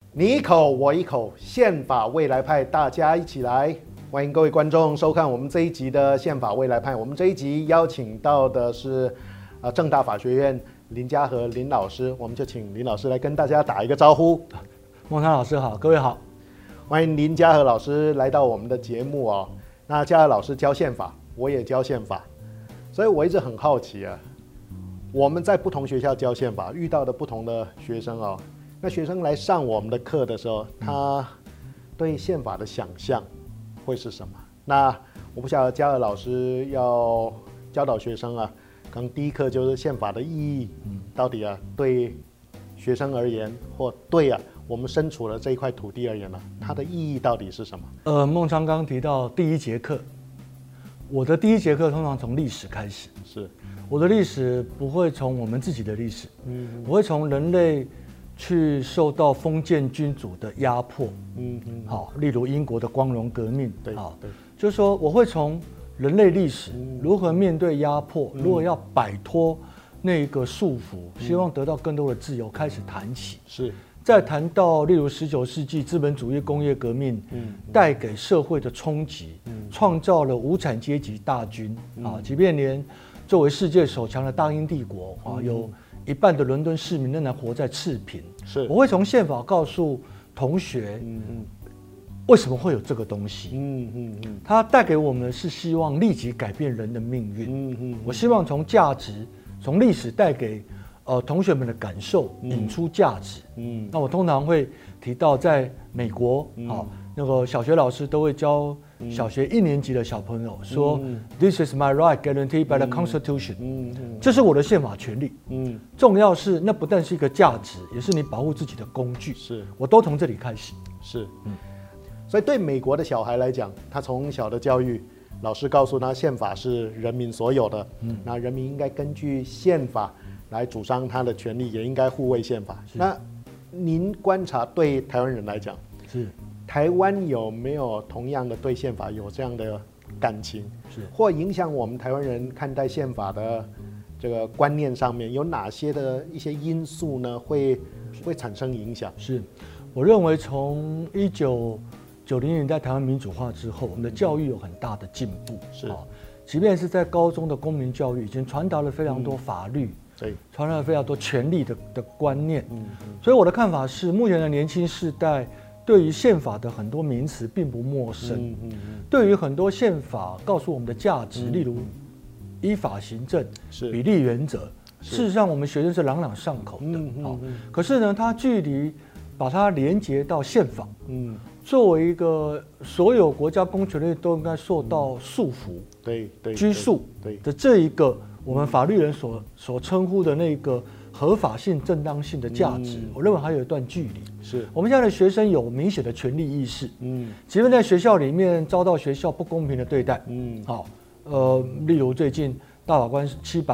你一口我一口，宪法未来派，大家一起来！欢迎各位观众收看我们这一集的宪法未来派。我们这一集邀请到的是政大法学院林嘉和林老师，我们就请林老师来跟大家打一个招呼。 孟昌老师好，各位好， 欢迎林嘉和老师来到我们的节目哦。那嘉和老师教宪法，我也教宪法，所以我一直很好奇啊，我们在不同学校教宪法遇到的不同的学生哦。那学生来上我们的课的时候，他对宪法的想象会是什么？那我不晓得嘉和老师要教导学生啊，刚第一课就是宪法的意义，到底啊对学生而言，或对啊我们身处的这一块土地而言呢，它的意义到底是什么？ 孟昌刚提到第一节课，我的第一节课通常从历史开始， 是我的历史不会从我们自己的历史，我会从人类去受到封建君主的压迫，好，例如英国的光荣革命，好，就是说我会从人类历史如何面对压迫，如何要摆脱那个束缚，希望得到更多的自由开始谈起， 是， 再谈到例如19世纪资本主义工业革命带给社会的冲击，创造了无产阶级大军啊，即便连作为世界首强的大英帝国啊，有一半的伦敦市民仍然活在赤贫。是，我会从宪法告诉同学，为什么会有这个东西？它带给我们是希望立即改变人的命运。我希望从价值，从历史带给同学们的感受引出价值。那我通常会提到，在美国，那个小学老师都会教小学1年级的小朋友说 ，This is my right guaranteed by the Constitution。这是我的宪法权利。重要是那不但是一个价值，也是你保护自己的工具。是，我都从这里开始。 是，所以对美国的小孩来讲，他从小的教育，老师告诉他宪法是人民所有的，那人民应该根据宪法来主张他的权利，也应该护卫宪法。那您观察对台湾人来讲，是台湾有没有同样的对宪法有这样的感情，是或影响我们台湾人看待宪法的这个观念上面有哪些的一些因素呢？会产生影响？ 是，我认为从1990年代台湾民主化之后，我们的教育有很大的进步。是，即便是在高中的公民教育，已经传达了非常多法律，对，传达了非常多权利的观念。所以我的看法是，目前的年轻世代对于宪法的很多名词并不陌生，对于很多宪法告诉我们的价值，例如依法行政、比例原则，事实上我们学生是朗朗上口的。可是呢，它距离把它连接到宪法，作为一个所有国家公权力都应该受到束缚、拘束的这一个我们法律人所称呼的那个合法性、正当性的价值，我认为还有一段距离。是我们现在的学生有明显的权利意识，即便在学校里面遭到学校不公平的对待，例如最近大法官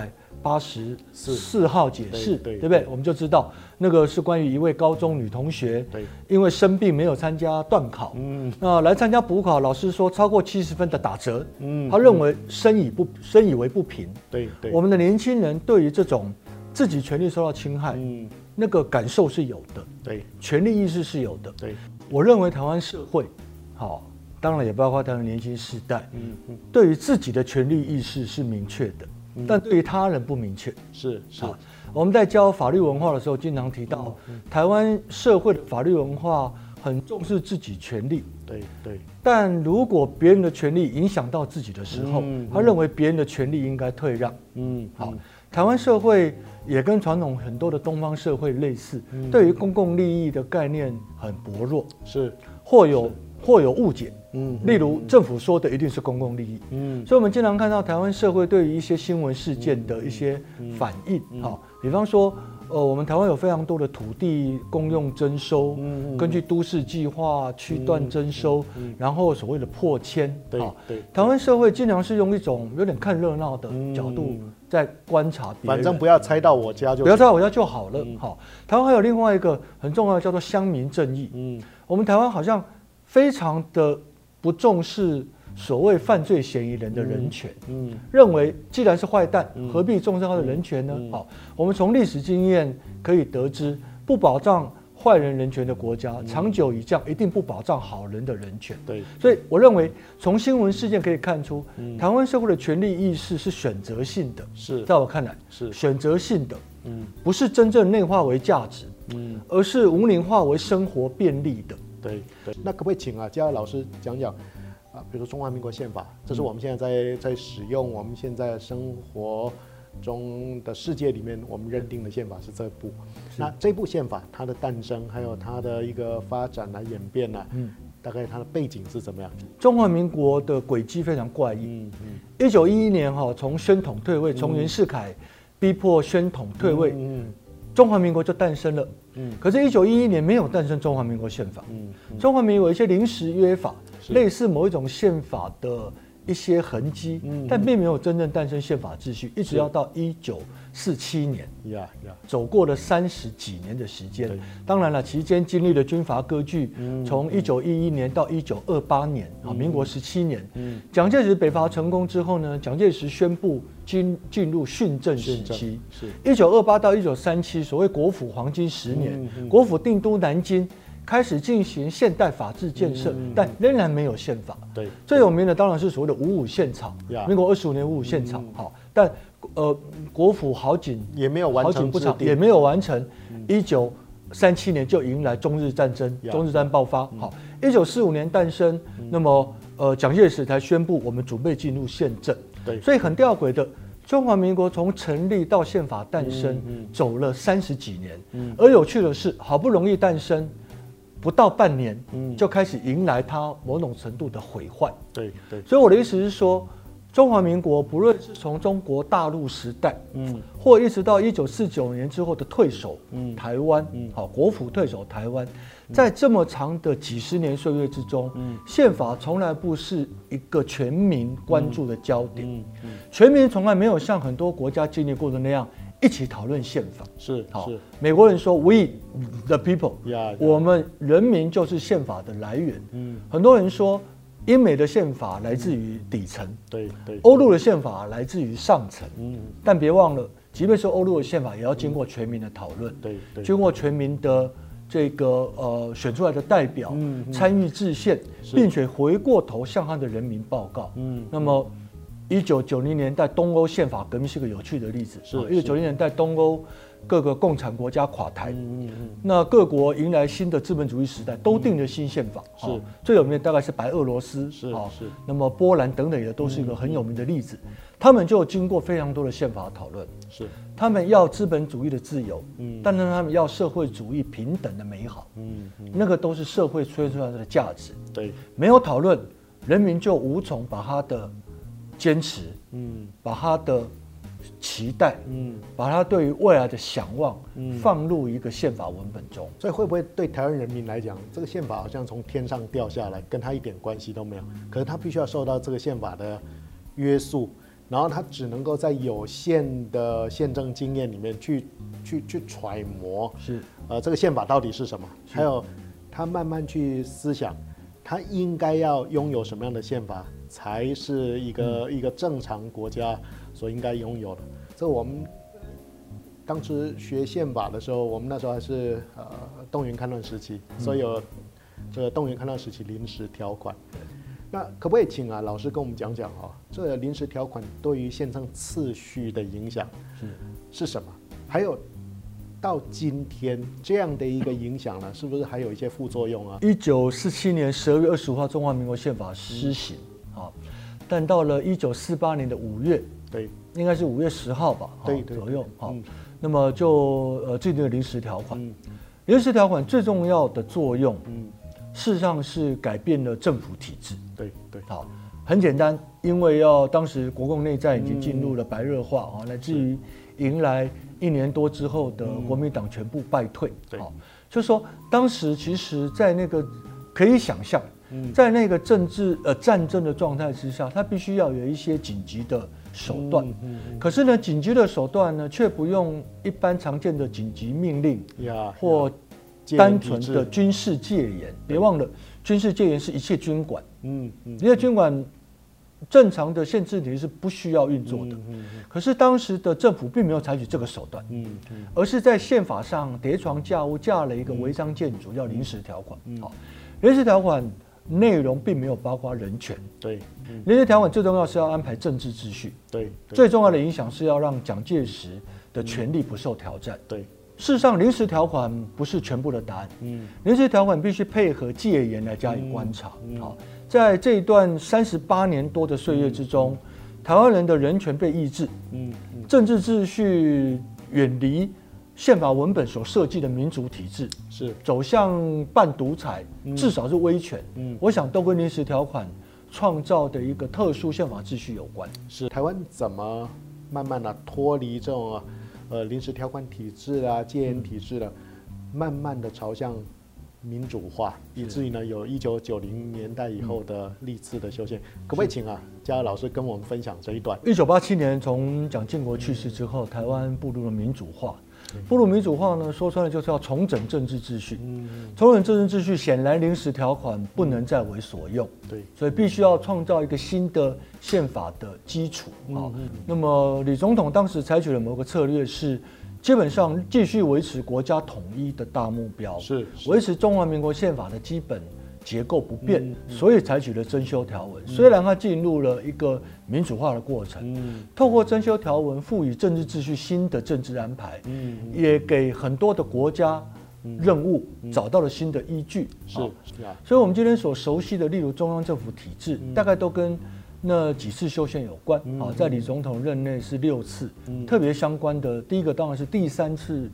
784号解释，对不对？我们就知道那个是关于一位高中女同学，因为生病没有参加段考，那来参加补考，老师说超过70分的打折，他认为深以为不平。我们的年轻人对于这种自己权利受到侵害，那个感受是有的，权利意识是有的。我认为台湾社会，当然也包括台湾年轻世代，对于自己的权利意识是明确的，但对于他人不明确。是，我们在教法律文化的时候，经常提到台湾社会的法律文化很重视自己权利，但如果别人的权利影响到自己的时候，他认为别人的权利应该退让。台湾社会也跟传统很多的东方社会类似，对于公共利益的概念很薄弱，或有误解。例如政府说的一定是公共利益，所以我们经常看到台湾社会对于一些新闻事件的一些反应，比方说，我们台湾有非常多的土地公用征收，根据都市计划区段征收，然后所谓的迫迁，台湾社会经常是用一种有点看热闹的角度在观察别人， 反正不要拆到我家就好了。台湾还有另外一个很重要的叫做乡民正义，我们台湾好像非常的不重视所谓犯罪嫌疑人的人权，认为既然是坏蛋，何必重视他的人权呢？好，我们从历史经验可以得知，不保障坏人人权的国家，长久以这样一定不保障好人的人权。 对， 所以我认为从新闻事件可以看出，台湾社会的权利意识是选择性的， 是在我看来是选择性的，不是真正内化为价值，而是无龄化为生活便利的。 对，那可不可以请嘉老师讲讲比如说中华民国宪法，这是我们现在在使用，我们现在生活中的世界里面，我们认定的宪法是这部。那这部宪法它的诞生，还有它的一个发展演变大概它的背景是怎么样？ 中华民国的轨迹非常怪异。1911年从宣统退位，从袁世凯逼迫宣统退位，中华民国就诞生了。可是1911年没有诞生中华民国宪法。中华民国有一些临时约法，类似某一种宪法的一些痕迹，但并没有真正诞生宪法秩序，一直要到1947年，走过了30几年的时间。当然了，期间经历了军阀割据，从1911年到1928年，民国17年，蒋介石北伐成功之后呢，蒋介石宣布进入训政时期。1928到1937，所谓国府黄金10年，国府定都南京。开始进行现代法治建设，但仍然没有宪法。 对， 最有名的当然是所谓的55宪草，民国25年55宪草。但国府好景也没有完成， 也没有完成。1937年就迎来中日战争，中日战爆发。1945年诞生，那么蒋介石才宣布我们准备进入宪政。 对， 所以很吊诡的。中华民国从成立到宪法诞生，走了30几年。而有趣的是，好不容易诞生，不到半年，就开始迎来它某种程度的毁坏。 对， 所以我的意思是说，中华民国不论是从中国大陆时代，或一直到1949年之后的退守台湾，国府退守台湾，在这么长的几十年岁月之中，宪法从来不是一个全民关注的焦点，全民从来没有像很多国家经历过的那样一起讨论宪法。 是， 美国人说 We the people， 我们人民就是宪法的来源。很多人说英美的宪法来自于底层， 对， 欧陆的宪法来自于上层。但别忘了，即便是欧陆的宪法，也要经过全民的讨论， 对， 经过全民的这个选出来的代表参与制宪，并且回过头向他的人民报告。那么1990年代东欧宪法革命是个有趣的例子。1990年代东欧各个共产国家垮台，那各国迎来新的资本主义时代，都定了新宪法。最有名的大概是白俄罗斯，那么波兰等等也都是一个很有名的例子。他们就经过非常多的宪法讨论，他们要资本主义的自由，但是他们要社会主义平等的美好，那个都是社会催出来的价值。 对， 没有讨论，人民就无从把他的坚持，把他的期待，把他对于未来的想望，放入一个宪法文本中。 所以会不会对台湾人民来讲，这个宪法好像从天上掉下来，跟他一点关系都没有？可是他必须要受到这个宪法的约束，然后他只能够在有限的宪政经验里面去揣摩，这个宪法到底是什么，还有他慢慢去思想，他应该要拥有什么样的宪法，才是一个正常国家所应该拥有的。这我们当时学宪法的时候，我们那时候还是动员戡乱时期，所以有这个动员戡乱时期临时条款。那可不可以请老师跟我们讲讲这个临时条款对于宪政次序的影响是什么？还有到今天这样的一个影响呢，是不是还有一些副作用啊 ？1947年12月25号，中华民国宪法施行，但到了1948年的5月， 对， 应该是5月10号吧， 对左右，那么就制定了临时条款。临时条款最重要的作用，事实上是改变了政府体制。 对， 好，很简单，因为当时国共内战已经进入了白热化，乃至于迎来1年多之后的国民党全部败退。就是说当时其实在那个可以想象，在那个战争的状态之下，它必须要有一些紧急的手段。可是呢，紧急的手段呢，却不用一般常见的紧急命令或单纯的军事戒严。别忘了，军事戒严是一切军管。一切军管正常的宪制体制是不需要运作的。可是当时的政府并没有采取这个手段，而是在宪法上叠床架屋，架了一个违章建筑，叫临时条款。好，临时条款内容并没有包括人权。 对， 临时条款最重要是要安排政治秩序。 对， 最重要的影响是要让蒋介石的权力不受挑战。 对。 事实上，临时条款不是全部的答案。临时条款必须配合戒严来加以观察。好，在这一段38年多的岁月之中，台湾人的人权被抑制，政治秩序远离宪法文本所设计的民主体制， 是走向半独裁，至少是威权。我想都跟临时条款创造的一个特殊宪法秩序有关。 是台湾怎么慢慢的脱离这种临时条款体制啊、戒严体制的，慢慢的朝向民主化，以至于呢有1990年代以后的历次的修宪。可不可以请嘉禾老师跟我们分享这一段 ？1987年从蒋经国去世之后，台湾步入了民主化。步入民主化呢，说穿了就是要重整政治秩序。重整政治秩序，显然临时条款不能再为所用。 对， 所以必须要创造一个新的宪法的基础。那么李总统当时采取了某个策略是，基本上继续维持国家统一的大目标， 是维持中华民国宪法的基本结构不变，所以采取了增修条文。虽然它进入了一个民主化的过程，透过增修条文赋予政治秩序新的政治安排，也给很多的国家任务找到了新的依据。所以我们今天所熟悉的，例如中央政府体制，大概都跟那几次修宪有关。在李总统任内是6次，特别相关的第一个当然是第3次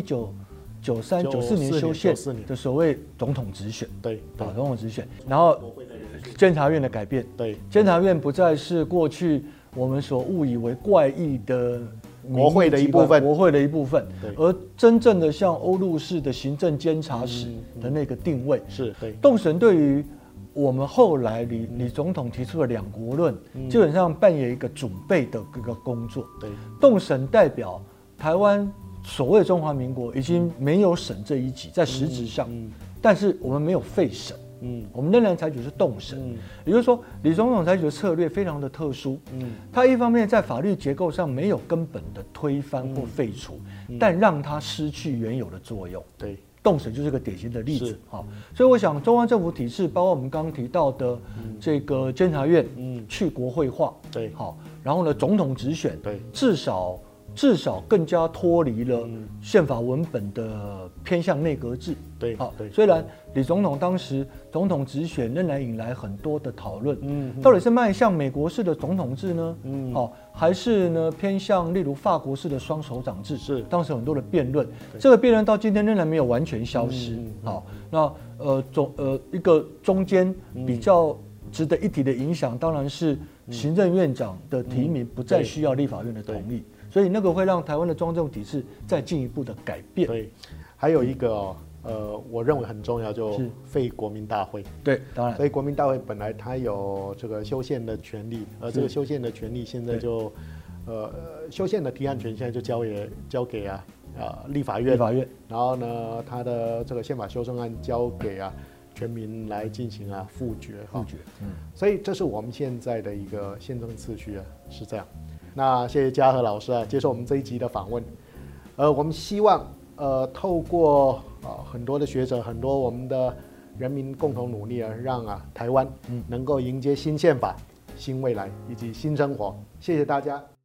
1993-94年修宪的所谓总统直选。 对， 总统直选，然后监察院的改变。 对， 监察院不再是过去我们所误以为怪异的国会的一部分， 国会的一部分，而真正的像欧陆式的行政监察使的那个定位。 是对， 动审对于我们后来李总统提出的2国论，基本上扮演一个准备的一个工作。 对， 动审代表台湾所谓中华民国已经没有审这一级，在实质上，但是我们没有废审。我们仍然采取是动审，也就是说，李总统采取的策略非常的特殊。他一方面在法律结构上没有根本的推翻或废除，但让它失去原有的作用。 对， 动审就是个典型的例子。好，所以我想，中央政府体制，包括我们刚刚提到的这个监察院，去国会化。 对， 好，然后呢，总统直选， 对， 至少更加脱离了宪法文本的偏向内阁制。 对， 好，虽然李总统当时总统直选仍然引来很多的讨论，到底是迈向美国式的总统制呢？还是呢偏向例如法国式的双首长制？ 是， 当时很多的辩论，这个辩论到今天仍然没有完全消失。好，那一个中间比较值得一提的影响，当然是行政院长的提名不再需要立法院的同意。所以那个会让台湾的中央政府体制再进一步的改变。 对，还有一个我认为很重要，就废国民大会。 对，当然。 所以国民大会本来它有这个修宪的权利，而这个修宪的权利现在就修宪的提案权现在就交给立法院。然后呢，它的这个宪法修正案交给全民来进行复决。所以这是我们现在的一个宪政次序是这样。那谢谢嘉禾老师接受我们这一集的访问。我们希望透过很多的学者，很多我们的人民共同努力让台湾能够迎接新宪法、新未来以及新生活。谢谢大家。